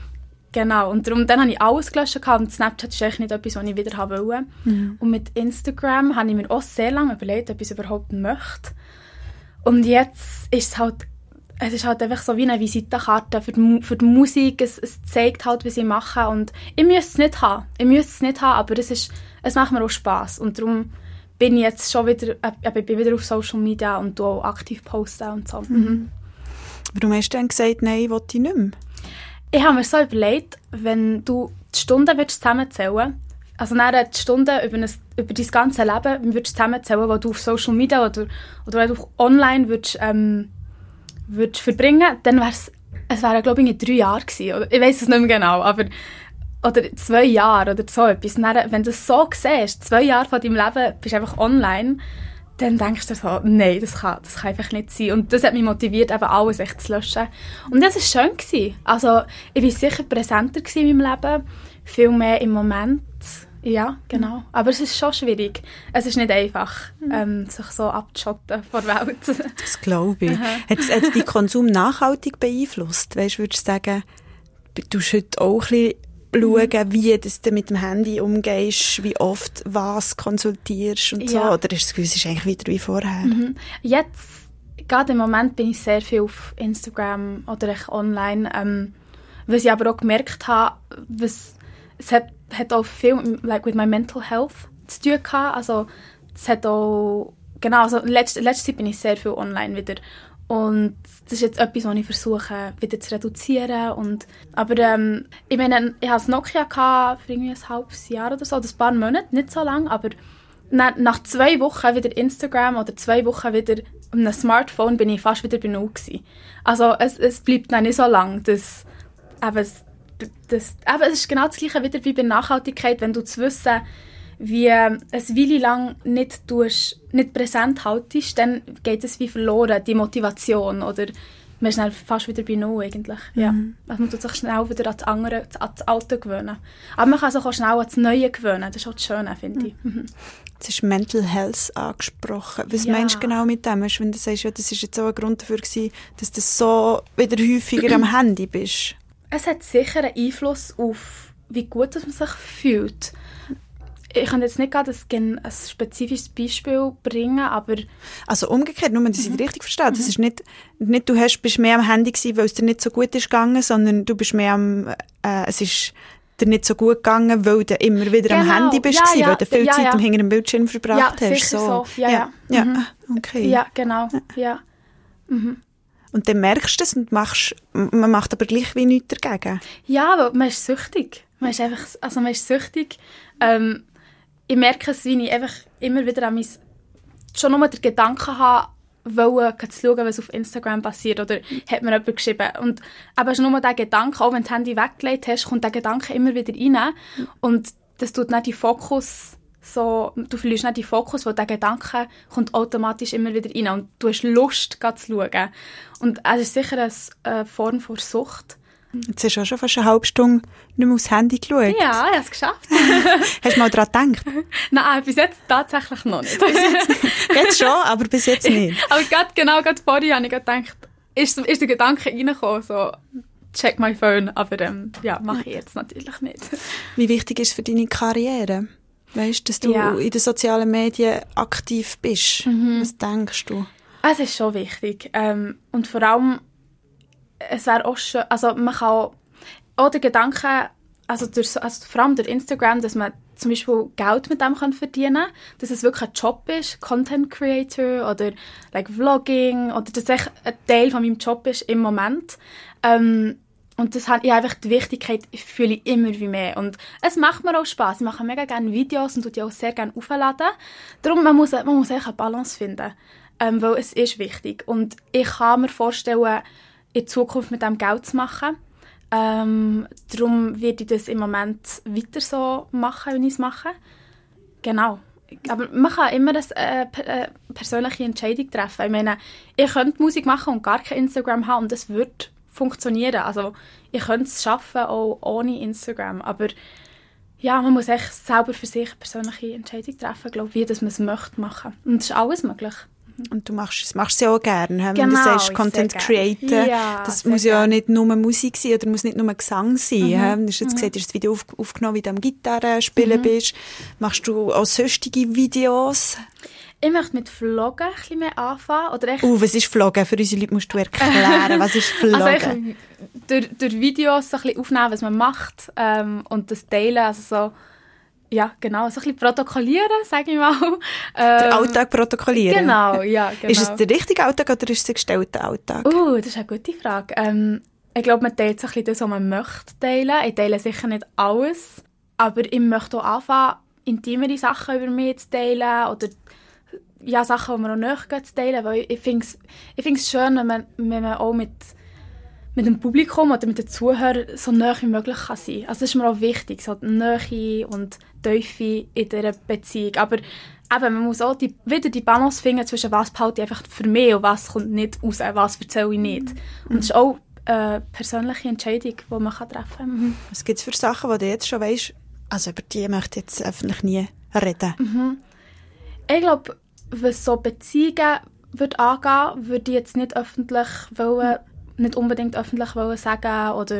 Genau, und darum, dann habe ich alles gelöscht und Snapchat ist eigentlich nicht etwas, was ich wieder haben wollte. Mhm. Und mit Instagram habe ich mir auch sehr lange überlegt, ob ich es überhaupt möchte. Und jetzt ist es halt, es ist halt einfach so wie eine Visitenkarte für die, für die Musik. Es, es zeigt halt, was ich mache. Und ich müsste es nicht haben. Ich müsste es nicht haben, aber es, ist, es macht mir auch Spass. Und darum bin ich jetzt schon wieder, äh, ich bin wieder auf Social Media und auch aktiv posten und so. Mhm. Warum hast du dann gesagt, nein, ich will ich nicht mehr? Ich habe mir so überlegt, wenn du die Stunden zusammenzählen würdest, also dann die Stunden über, ein, über dein ganze Leben würdest zusammenzählen, die du auf Social Media oder, oder du online würdest, ähm, würdest verbringen, dann wäre es, es wären, glaube ich, drei Jahre gewesen. Oder, ich weiss es nicht mehr genau, aber oder zwei Jahre oder so etwas. Dann, wenn du es so siehst, zwei Jahre von deinem Leben bist du einfach online, dann denkst du so, nein, das kann, das kann einfach nicht sein. Und das hat mich motiviert, eben alles echt zu löschen. Und das war schön gewesen. Also, ich war sicher präsenter in meinem Leben, viel mehr im Moment. Ja, genau. Mhm. Aber es ist schon schwierig. Es ist nicht einfach, mhm. ähm, sich so abzuschotten vor der Welt. Das glaube ich. Hat es deinen Konsum nachhaltig beeinflusst? Weißt, würdest du sagen, du hast heute auch ein bisschen schauen, wie du mit dem Handy umgehst, wie oft was konsultierst und so? Ja. Oder ist das Gefühl, es ist eigentlich wieder wie vorher? Mhm. Jetzt, gerade im Moment, bin ich sehr viel auf Instagram oder echt online, ähm, was ich aber auch gemerkt habe, was, es hat, hat auch viel like, with my mental health zu tun gehabt. Also, es hat auch, genau, also letzte, letzte Zeit bin ich sehr viel online wieder. Und das ist jetzt etwas, was ich versuche, wieder zu reduzieren. Und, aber ähm, ich meine, ich hatte Nokia für irgendwie ein halbes Jahr oder so, oder ein paar Monate, nicht so lange, aber nach, nach zwei Wochen wieder Instagram oder zwei Wochen wieder auf einem Smartphone bin ich fast wieder bei Null gewesen. Also es, es bleibt dann nicht so lange, dass, eben, das, das, eben, es ist genau das Gleiche wieder wie bei Nachhaltigkeit, wenn du zu wissen, wie eine Weile lang nicht, tust, nicht präsent haltest, dann geht es wie verloren, die Motivation. Oder man ist dann fast wieder bei Null eigentlich. Mhm. Ja. Also man tut sich schnell wieder an das andere, an das Alte gewöhnen. Aber man kann sich auch schnell an das Neue gewöhnen. Das ist auch das Schöne, finde ich. Mhm. Jetzt hast du Mental Health angesprochen. Was ja. meinst du genau mit dem? Wenn du sagst, ja, das war jetzt auch ein Grund dafür gewesen, dass du so wieder häufiger am Handy bist. Es hat sicher einen Einfluss auf, wie gut man sich fühlt. Ich kann jetzt nicht gerade ein, ein spezifisches Beispiel bringen, aber... Also umgekehrt, nur wenn ich es richtig verstehe. Das ist nicht, nicht du hast, bist mehr am Handy gewesen, weil es dir nicht so gut ist gegangen, sondern du bist mehr am... Äh, es ist dir nicht so gut gegangen, weil du immer wieder genau. am Handy bist, ja, ja, weil du viel ja, Zeit ja. hinter dem Bildschirm verbracht ja, hast. Sicher so. Ja, ja. ja. Mhm. ja. Okay. Ja, genau. Ja. Mhm. Und dann merkst du es und machst, man macht aber gleich wie nichts dagegen. Ja, aber man ist süchtig. Man ist einfach, also man ist süchtig. Ähm, ich merke es, wie ich einfach immer wieder an mein, schon nur den Gedanken habe, wollen, zu schauen, was auf Instagram passiert. Oder hat mir jemand geschrieben. Und aber schon nur der Gedanke, auch wenn du das Handy weggelegt hast, kommt der Gedanke immer wieder rein. Und das tut nicht den Fokus so, du verlierst nicht den Fokus, weil der Gedanke kommt automatisch immer wieder rein. Und du hast Lust, zu schauen. Und es ist sicher eine Form von Sucht. Jetzt hast du auch schon fast eine halbe Stunde nicht mehr aufs Handy geschaut. Ja, ich habe es geschafft. Hast du mal daran gedacht? Nein, bis jetzt tatsächlich noch nicht. Bis jetzt, jetzt schon, aber bis jetzt nicht. Aber gerade, genau gerade vorher habe ich gedacht, ist, ist der Gedanke reingekommen, so check my phone, aber ähm, ja, mache ich jetzt natürlich nicht. Wie wichtig ist es für deine Karriere? Weißt du, dass du ja. in den sozialen Medien aktiv bist? Mhm. Was denkst du? Es ist schon wichtig. Ähm, und vor allem, es wäre auch schön, also man kann auch, auch den Gedanken, also, durch, also vor allem durch Instagram, dass man zum Beispiel Geld mit dem kann verdienen kann, dass es wirklich ein Job ist, Content Creator oder like Vlogging, oder dass es echt ein Teil von meinem Job ist im Moment. Ähm, und das habe ich einfach, die Wichtigkeit fühle ich immer wie mehr. Und es macht mir auch Spass. Ich mache mega gerne Videos und tue die auch sehr gerne aufladen. Darum, man muss, man muss echt eine Balance finden, ähm, weil es ist wichtig. Und ich kann mir vorstellen, in Zukunft mit dem Geld zu machen. Ähm, darum werde ich das im Moment weiter so machen, wie ich es mache. Genau. Aber man kann immer eine äh, äh, persönliche Entscheidung treffen. Ich meine, ich könnte Musik machen und gar kein Instagram haben und das würde funktionieren. Also ich könnte es schaffen, auch ohne Instagram. Aber ja, man muss echt selber für sich eine persönliche Entscheidung treffen, glaube ich, wie dass man es möchte machen. Und das ist alles möglich. Und du machst es machst ja auch gerne, wenn genau, du sagst, Content Creator. Ja, das muss ja gern. nicht nur Musik sein oder muss nicht nur Gesang sein. Mhm. Du hast jetzt mhm. gesehen, du hast das Video auf, aufgenommen, wie du am Gitarre spielen mhm. bist. Machst du auch sonstige Videos? Ich möchte mit Vloggen ein bisschen mehr anfangen. Oder echt Uh, was ist Vloggen? Für unsere Leute musst du erklären, was ist Vloggen? Also ich, durch, durch Videos so ein bisschen aufnehmen, was man macht ähm, und das teilen, also so, ja genau, so ein bisschen protokollieren, sage ich mal. Ähm, Den Alltag protokollieren? Genau, ja, genau. Ist es der richtige Alltag oder ist es ein gestellter Alltag? Uh, das ist eine gute Frage. Ähm, ich glaube, man teilt so ein bisschen das, was man möchte teilen. Ich teile sicher nicht alles, aber ich möchte auch anfangen, intimere Sachen über mich zu teilen oder ja, Sachen, die mir auch näher gehen, zu teilen, weil ich finde es ich find's schön, wenn man, wenn man auch mit, mit dem Publikum oder mit den Zuhörern so nahe wie möglich kann sein kann. Also das ist mir auch wichtig, so die Nähe und Tiefe in dieser Beziehung. Aber eben, man muss auch die, wieder die Balance finden zwischen was behalte ich einfach für mich und was kommt nicht raus, was erzähle ich nicht. Mhm. Und das ist auch eine persönliche Entscheidung, die man treffen kann. Mhm. Was gibt es für Sachen, die du jetzt schon weisst, also über die möchte ich jetzt öffentlich nie reden? Mhm. Ich glaube, was so Beziehungen würde angehen, würde ich jetzt nicht öffentlich wollen, nicht unbedingt öffentlich wollen sagen oder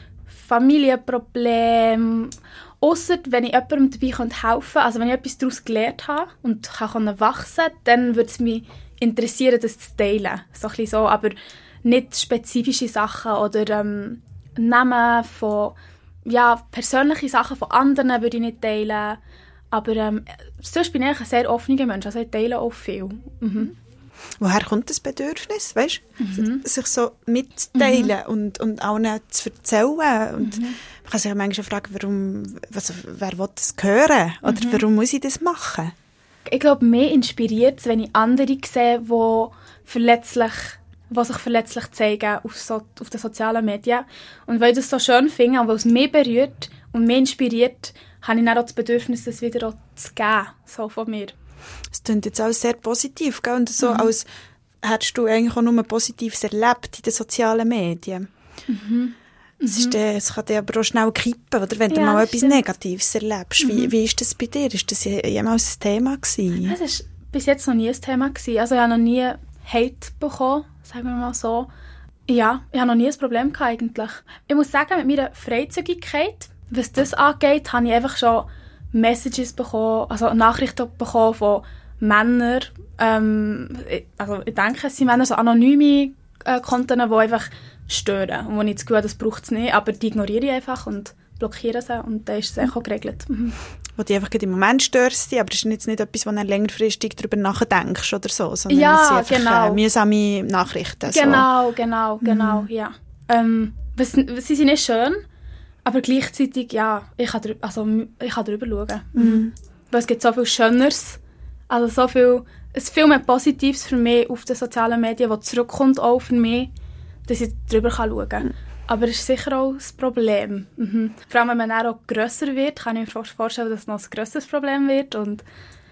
Familienprobleme. Ausser wenn ich jemandem dabei helfen könnte, also wenn ich etwas daraus gelernt habe und kann wachsen kann, dann würde es mich interessieren, das zu teilen. So ein bisschen so, aber nicht spezifische Sachen oder ähm, Namen von, ja, persönliche Sachen von anderen würde ich nicht teilen. Aber ähm, sonst bin ich ein sehr offener Mensch, also ich teile auch viel. Mhm. Woher kommt das Bedürfnis, weißt? Mhm. sich so mitzuteilen mhm. und, und allen zu erzählen? Und mhm. man kann sich ja manchmal fragen, warum, was, wer will das hören? Oder mhm. warum muss ich das machen? Ich glaube, mich inspiriert es, wenn ich andere sehe, die verletzlich die sich verletzlich zeigen auf, so, auf den sozialen Medien. Und weil ich das so schön finde und weil es mich berührt und mich inspiriert, habe ich dann auch das Bedürfnis, das wieder auch zu geben, so von mir. Es klingt jetzt alles sehr positiv, gell? Und so, mhm. als hättest du eigentlich auch nur Positives erlebt in den sozialen Medien. Mhm. Es, ist, äh, es kann dir aber auch schnell kippen, oder wenn du ja, mal etwas stimmt. Negatives erlebst. Mhm. Wie, wie ist das bei dir? Ist das jemals ein Thema gewesen? Es war bis jetzt noch nie ein Thema gewesen. Also ich habe noch nie Hate bekommen, sagen wir mal so. Ja, ich habe noch nie ein Problem gehabt, eigentlich. Ich muss sagen, mit meiner Freizügigkeit, was das angeht, habe ich einfach schon Messages bekommen, also Nachrichten bekommen von Männern. Ähm, also ich denke, es sind Männer, so anonyme äh, Konten, die einfach stören. Und wo ich das Gefühl habe, das braucht es nicht, aber die ignoriere ich einfach und blockiere sie und dann ist es auch geregelt. Mhm. Wo die einfach im Moment störst, aber es ist jetzt nicht etwas, wo du längerfristig darüber nachdenkst oder so, sondern ja, es sind einfach genau. äh, mühsame Nachrichten. Genau, so. genau, genau, mhm. ja. Ähm, was, sie sind nicht schön, aber gleichzeitig, ja, ich kann, drü- also, ich kann drüber schauen. Mhm. Weil es gibt so viel Schöneres, also so viel, es ist viel mehr Positives für mich auf den sozialen Medien, was zurückkommt auch für mich, dass ich drüber schauen kann. Mhm. Aber es ist sicher auch ein Problem. Mhm. Vor allem, wenn man dann auch grösser wird, kann ich mir vorstellen, dass es noch ein grösseres Problem wird. Und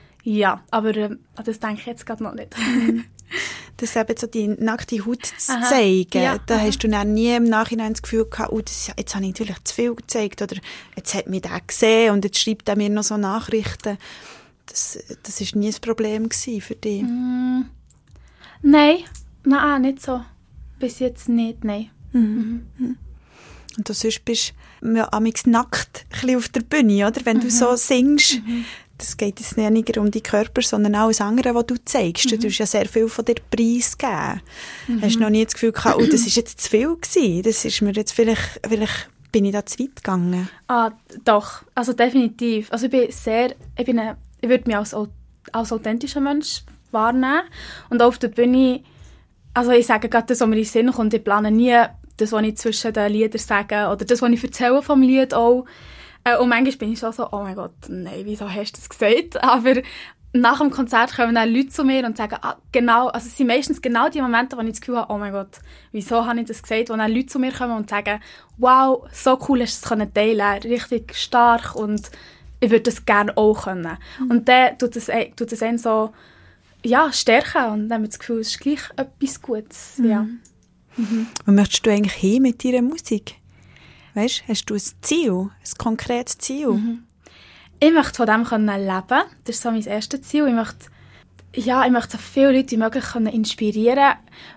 ja, aber äh, das denke ich jetzt gerade noch nicht. Das eben so die nackte Haut zu aha. zeigen, ja, da aha. hast du dann nie im Nachhinein das Gefühl gehabt, oh, das, jetzt habe ich natürlich zu viel gezeigt oder jetzt hat mich der gesehen und jetzt schreibt er mir noch so Nachrichten. Das, das war nie ein Problem gewesen für dich? Mm. Nein, nein, nicht so. Bis jetzt nicht, nein. Mhm. Mhm. Und du sonst bist du ja amigs nackt ein bisschen auf der Bühne, oder? Wenn mhm. du so singst, mhm. das geht jetzt nicht um deinen Körper, sondern auch alles andere, was du zeigst. Mhm. Du hast ja sehr viel von dir preisgegeben. Mhm. Hast du noch nie das Gefühl gehabt, oh, das war jetzt zu viel gewesen? Das ist mir jetzt vielleicht, vielleicht bin ich da zu weit gegangen. Ah, doch. Also definitiv. Also ich bin sehr, ich bin eine, ich würde mich als, als authentischer Mensch wahrnehmen. Und auch auf der Bühne, also ich sage gerade das, was mir in den Sinn kommt, ich plane nie das, was ich zwischen den Liedern sage oder das, was ich erzähle vom Lied auch. Und manchmal bin ich schon so, oh mein Gott, nein, wieso hast du das gesagt? Aber nach dem Konzert kommen dann Leute zu mir und sagen, ah, genau, also es sind meistens genau die Momente, wo ich das Gefühl habe, oh mein Gott, wieso habe ich das gesagt? Wo dann Leute zu mir kommen und sagen, wow, so cool hast du es teilen, richtig stark und ich würde das gerne auch können. Mhm. Und dann tut es, tut es einen so, ja, stärken und dann habe ich das Gefühl, es ist gleich etwas Gutes. Mhm. Ja. Mhm. Wo möchtest du eigentlich hin mit deiner Musik? Weißt, hast du ein Ziel, ein konkretes Ziel? Mhm. Ich möchte von dem können leben. Das ist so mein erstes Ziel. Ich möchte, ja, ich möchte so viele Leute wie möglich inspirieren,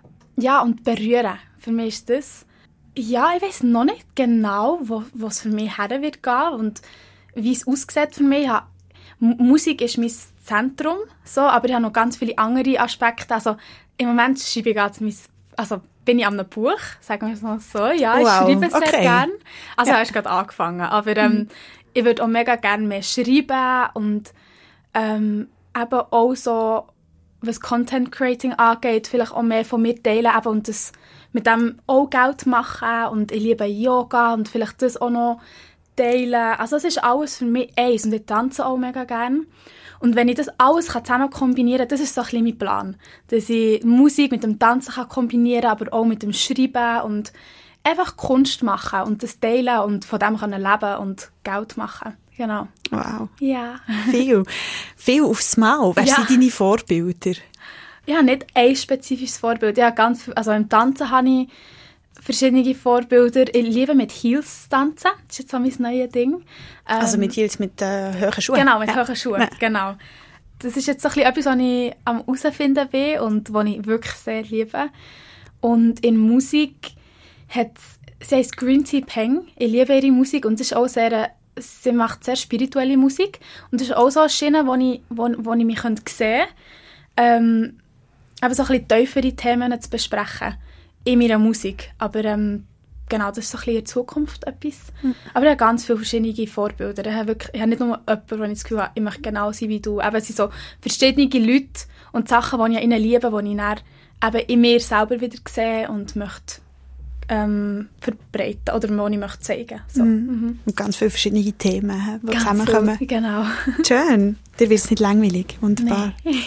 ja, und berühren. Für mich ist das, ja, ich weiß noch nicht genau, wo, wo es für mich her wird gehen und wie es aussieht für mich. Ja, M- Musik ist mein Zentrum, so, aber ich habe noch ganz viele andere Aspekte. Also im Moment schreibe ich gerade mein, also bin ich an einem Buch, sagen wir es mal so. Ja, ich wow. schreibe sehr okay. gerne. Also ja. ich habe gerade angefangen, aber ähm, mhm. ich würde auch mega gerne mehr schreiben und ähm, eben auch so, was Content Creating angeht, vielleicht auch mehr von mir teilen eben, und das mit dem auch Geld machen, und ich liebe Yoga und vielleicht das auch noch teilen. Also es ist alles für mich eins und ich tanze auch mega gerne. Und wenn ich das alles zusammen kombinieren kann, das ist so ein bisschen mein Plan. Dass ich Musik mit dem Tanzen kann kombinieren kann, aber auch mit dem Schreiben und einfach Kunst machen und das teilen und von dem können leben und Geld machen. Genau. Wow. Ja. Viel. Viel aufs Mal. Wer ja. sind deine Vorbilder? Ich habe nicht ein spezifisches Vorbild. Ich habe ganz viel, also im Tanzen habe ich verschiedene Vorbilder. Ich liebe mit Heels tanzen. Das ist jetzt so mein neues Ding. Ähm, also mit Heels, mit äh, hohen Schuhen? Genau, mit ja. hohen Schuhen. Ja. Genau. Das ist jetzt so ein bisschen etwas, was ich am herausfinden bin und was ich wirklich sehr liebe. Und in Musik hat sie heisst Green Tea Peng. Ich liebe ihre Musik und es ist auch sehr, sie macht sehr spirituelle Musik. Und das ist auch so eine Schiene, wo ich, wo, wo ich mich sehen könnte. Ähm, aber so ein bisschen tiefere Themen zu besprechen in meiner Musik. Aber ähm, genau, das ist so ein bisschen in der Zukunft etwas. Mhm. Aber ich habe ganz viele verschiedene Vorbilder. Ich habe, wirklich, ich habe nicht nur jemanden, wo ich das Gefühl habe, ich möchte genau sein wie du. Eben, es sind so verschiedene Leute und Sachen, die ich ihnen liebe, die ich dann eben in mir selber wieder sehe und möchte ähm, verbreiten oder die ich möchte zeigen. So. Mhm. Mhm. Und ganz viele verschiedene Themen, die ganz zusammenkommen. Viel, genau. Schön. Dir wird es nicht langweilig. Wunderbar. Nee.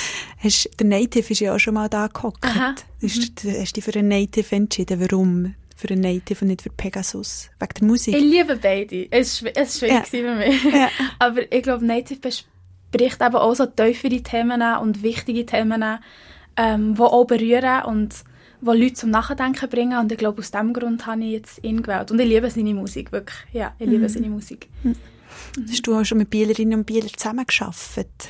Hast, der Native ist ja auch schon mal da gehockt. Aha. Hast, mhm. hast du dich für einen Native entschieden? Warum? Für einen Native und nicht für Pegasus? Wegen der Musik? Ich liebe beide. Es war schwierig ja. für mich. Ja. Aber ich glaube, Native bespricht eben auch so tiefere Themen und wichtige Themen, ähm, die auch berühren und die Leute zum Nachdenken bringen. Und ich glaube, aus diesem Grund habe ich jetzt ihn gewählt. Und ich liebe seine Musik, wirklich. Ja, ich liebe mhm. seine Musik. Mhm. Hast du auch schon mit Bielerinnen und Bielern zusammengearbeitet?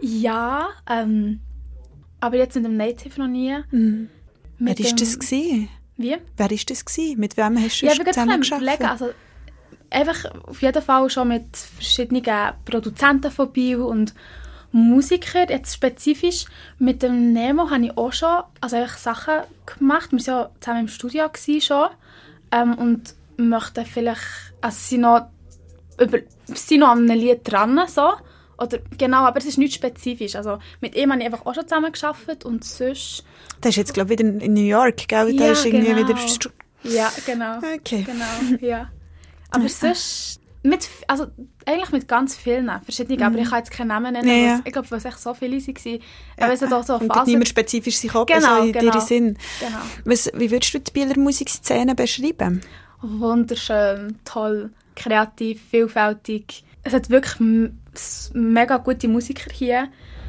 Ja, ähm, aber jetzt mit dem Native noch nie. Mhm. Wer war das? Gewesen? Wie? Wer war das? Gewesen? Mit wem hast du ja, zusammengearbeitet? Also, einfach auf jeden Fall schon mit verschiedenen Produzenten von Biel und Musikern. Jetzt spezifisch mit dem Nemo habe ich auch schon also einfach Sachen gemacht. Wir waren ja zusammen im Studio schon. Ähm, und möchten vielleicht, also sie sind noch, über, sie sind noch an einem Lied dran, so. Oder, genau, aber es ist nichts spezifisch. Also, mit ihm habe ich einfach auch schon zusammengearbeitet und sonst... Der ist jetzt, glaube ich, wieder in New York, gell? Ja, der ist irgendwie genau. wieder... Ja, genau. Okay. Genau, ja. Aber sonst... Mit, also, eigentlich mit ganz vielen verschiedenen, mm. aber ich kann jetzt keinen Namen nennen. Nee, ja. was, ich glaube, es echt so viele waren. Ich ja. weiss auch so und Phasen... niemand spezifisch sich ab, genau, also in genau. ihren Sinn. Genau. Was, wie würdest du die Bieler Musikszene beschreiben? Wunderschön, toll, kreativ, vielfältig. Es hat wirklich m- mega gute Musiker hier.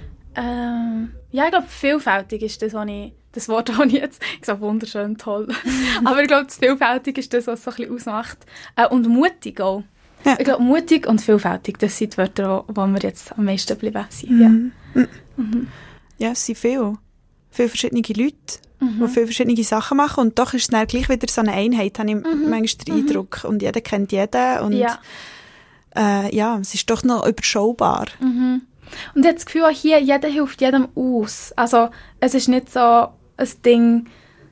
Ähm, ja, ich glaube, vielfältig ist das, was ich, das Wort, das ich jetzt ich sage, wunderschön, toll. Aber ich glaube, das vielfältig ist das, was es so ein bisschen ausmacht. Äh, und mutig auch. Ja. Ich glaube, mutig und vielfältig, das sind die Wörter, wo wir jetzt am meisten geblieben sind. Mhm. Ja. Mhm. Ja, es sind viele. Viele verschiedene Leute, mhm. die viele verschiedene Sachen machen. Und doch ist es dann gleich wieder so eine Einheit, habe ich mhm. manchmal den Eindruck. Und jeder kennt jeden. Und ja. Äh, ja, es ist doch noch überschaubar. Mhm. Und ich habe das Gefühl, hier, jeder hilft jedem aus. Also, es ist nicht so ein Ding,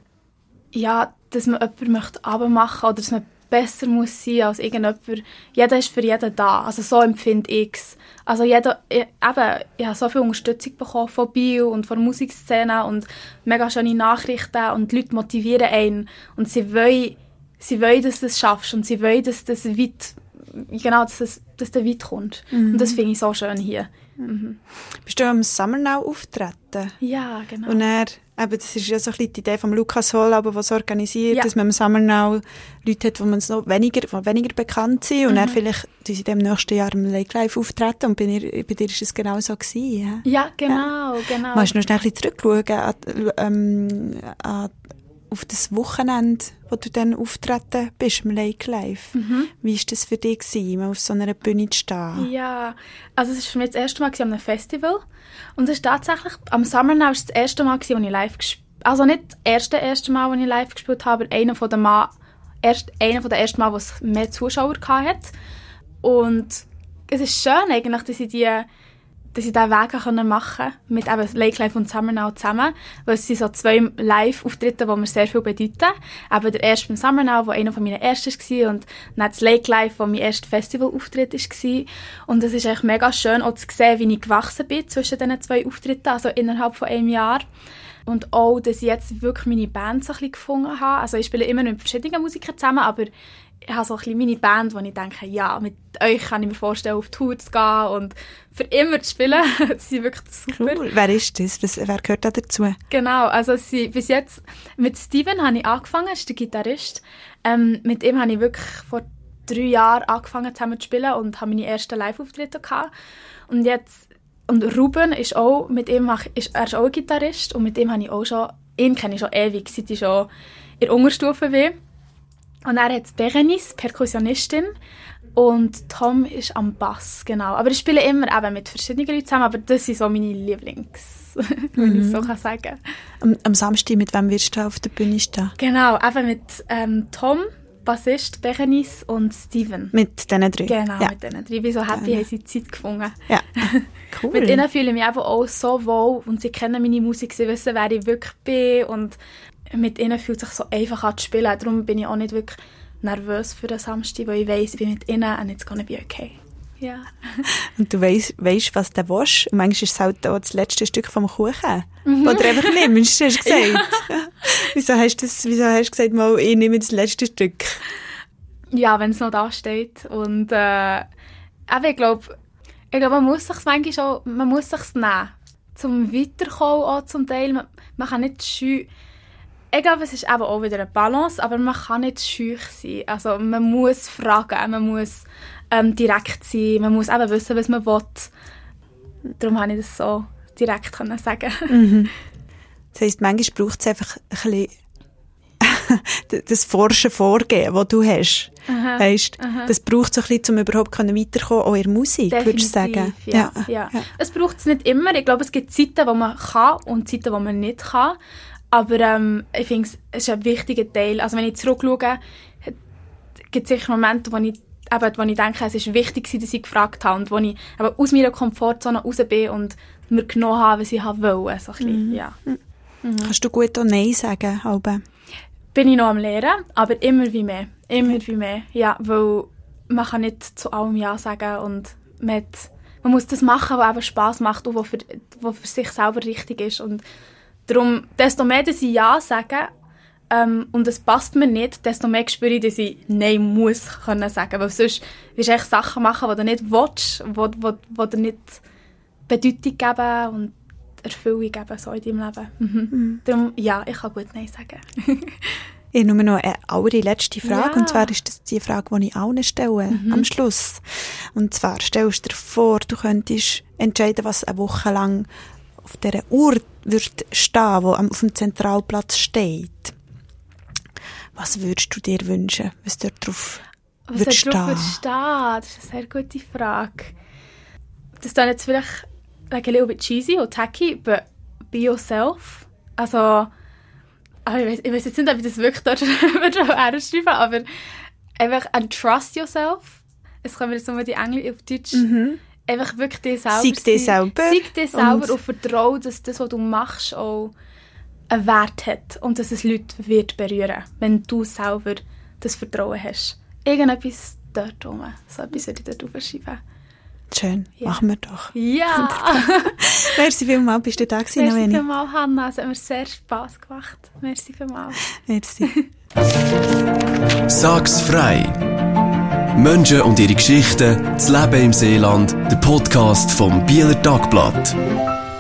ja, dass man jemanden möchte runtermachen oder dass man besser muss sein als irgendjemand. Jeder ist für jeden da. Also, so empfinde ich es. Also, jeder, ich, eben, ich habe so viel Unterstützung bekommen von Bio und von der Musikszene und mega schöne Nachrichten und die Leute motivieren einen. Und sie wollen, sie wollen, dass du das schaffst und sie wollen, dass das weit genau, dass, es, dass du weit kommst. Mhm. Und das finde ich so schön hier. Mhm. Bist du am Summer Now auftreten? Ja, genau. Und er, eben, das ist ja so ein bisschen die Idee von Lukas Holl, aber was organisiert, ja. dass man am Summer Now Leute hat, die man noch weniger, weniger bekannt sind und mhm. er vielleicht die in dem nächsten Jahr im Lake Live auftreten und bei dir, bei dir ist es genau so gewesen. Ja, ja genau, ja. genau. Magst du noch schnell ein bisschen zurückschauen an, ähm, an auf das Wochenende, wo du dann auftreten bist, im Lake Live. Mhm. Wie war das für dich, gewesen, mal auf so einer Bühne zu stehen? Ja, also es war für mich das erste Mal an einem Festival. Und es ist tatsächlich, am Summer Now war es das erste Mal, als ich live gespielt habe. Also nicht das erste, erste Mal, als ich live gespielt habe, aber einer von den Mal, erst, einer von den ersten Mal, wo es mehr Zuschauer hatte. Und es ist schön eigentlich, dass ich die dass ich diesen Weg machen konnte, mit eben Lake Live und Summer Now zusammen, weil es sind so zwei Live-Auftritte, die mir sehr viel bedeuten. Eben der erste beim Summer Now, der einer von meinen ersten war, und dann das Lake Live, wo mein erster Festival-Auftritt war. Und es ist echt mega schön, auch zu sehen, wie ich gewachsen bin zwischen diesen zwei Auftritten, also innerhalb von einem Jahr. Und auch, dass ich jetzt wirklich meine Band so ein bisschen gefunden habe. Also ich spiele immer noch mit verschiedenen Musikern zusammen, aber ich habe so ein bisschen meine Band, wo ich denke, ja, mit euch kann ich mir vorstellen, auf Tour zu gehen und für immer zu spielen. Das ist wirklich super. Cool. Wer ist das? Was, wer gehört da dazu? Genau, also sie, bis jetzt mit Steven habe ich angefangen, ist der Gitarrist. Ähm, mit ihm habe ich wirklich vor drei Jahren angefangen zusammen zu spielen und habe meine ersten Live-Auftritte gehabt. Und jetzt, und Ruben ist auch, mit ihm, ist, er ist auch ein Gitarrist und mit ihm habe ich auch schon, ihn kenne ich schon ewig, seit ich schon in der Unterstufe bin. Und er hat Berenice, Perkussionistin, und Tom ist am Bass, genau. Aber ich spiele immer eben mit verschiedenen Leuten zusammen, aber das sind so meine Lieblings, wenn ich so kann sagen. Am, am Samstag, mit wem wirst du auf der Bühne stehen? Genau, eben mit ähm, Tom, Bassist, Berenice und Steven. Mit diesen drei? Genau, ja. mit diesen drei. Ich bin so happy, Gerne. haben sie Zeit gefunden. Ja, cool. Mit ihnen fühle ich mich eben auch so wohl und sie kennen meine Musik, sie wissen, wer ich wirklich bin und mit ihnen fühlt es sich so einfach an zu spielen. Darum bin ich auch nicht wirklich nervös für den Samstag, weil ich weiss, ich bin mit ihnen and it's gonna be okay. Ja. Und du weißt, weißt, was du willst. Und manchmal ist es halt auch das letzte Stück vom Kuchen. Mhm. Oder einfach nimmst, hast du gesagt. Ja. Wieso hast du das, wieso hast du gesagt, mal, ich nehme das letzte Stück? Ja, wenn es noch da steht. Und äh, aber ich glaube, ich glaub, man muss sich manchmal auch, man muss sich's nehmen. Zum Weiterkommen auch zum Teil. Man, man kann nicht scheu. Ich glaube, es ist eben auch wieder eine Balance, aber man kann nicht scheu sein. Also man muss fragen, man muss ähm, direkt sein, man muss eben wissen, was man will. Darum konnte ich das so direkt können sagen. Mhm. Das heisst, manchmal braucht es einfach ein bisschen das forsche Vorgehen, das du hast. Aha, weißt, aha. Das braucht es ein bisschen, um überhaupt weiterkommen, auch in der Musik, würdest du sagen? Ja, ja. Ja. Ja. Es braucht es nicht immer. Ich glaube, es gibt Zeiten, wo man kann und Zeiten, wo man nicht kann. Aber ähm, ich finde, es ist ein wichtiger Teil. Also wenn ich zurückschaue, gibt es sicher Momente, wo ich, eben, wo ich denke, es ist wichtig, dass ich gefragt habe und wo ich eben aus meiner Komfortzone raus bin und mir genommen habe, was ich wollte. So ein bisschen, mhm. ja. Mhm. Kannst du gut auch Nein sagen, Alben? Bin ich noch am Lernen, aber immer wie mehr. Immer wie mehr. Ja, weil man kann nicht zu allem Ja sagen und man, hat, man muss das machen, was eben Spass macht und was für, was für sich selber richtig ist. Und darum, desto mehr, dass ich Ja sage ähm, und es passt mir nicht, desto mehr spüre ich, dass ich Nein muss können sagen. Weil sonst willst du echt Sachen machen, die du nicht willst, die, die, die dir nicht Bedeutung geben und Erfüllung geben so in deinem Leben. Mhm. Mhm. Darum, ja, ich kann gut Nein sagen. Ich habe nur noch eine allerletzte Frage, ja. und zwar ist das die Frage, die ich allen stelle, mhm. am Schluss. Und zwar stellst du dir vor, du könntest entscheiden, was eine Woche lang auf dieser Uhr wird stehen, die auf dem Zentralplatz steht. Was würdest du dir wünschen, was dort drauf was wird stehen? Was dort drauf stehen? Das ist eine sehr gute Frage. Das ist dann jetzt vielleicht like a little bit cheesy or tacky, but be yourself. Also, aber ich weiß, ich weiß jetzt nicht, ob ich das wirklich dort herschreiben, aber einfach and trust yourself. Es kommen jetzt nochmal die Englisch auf Deutsch. Mhm. Einfach wirklich dir selber sein. Sei dir selber. Sei dir selber und, und vertraue, dass das, was du machst, auch einen Wert hat und dass es Leute wird berühren, wenn du selber das Vertrauen hast. Irgendetwas dort rum, so etwas würde ich dort aufschreiben. Schön, ja. Machen wir doch. Ja! Merci vielmals, bist du da gewesen, Merci vielmals, Hannah. Es hat mir sehr Spass gemacht. Merci vielmals. Merci. Sag's frei! Menschen und ihre Geschichten, das Leben im Seeland, der Podcast vom Bieler Tagblatt.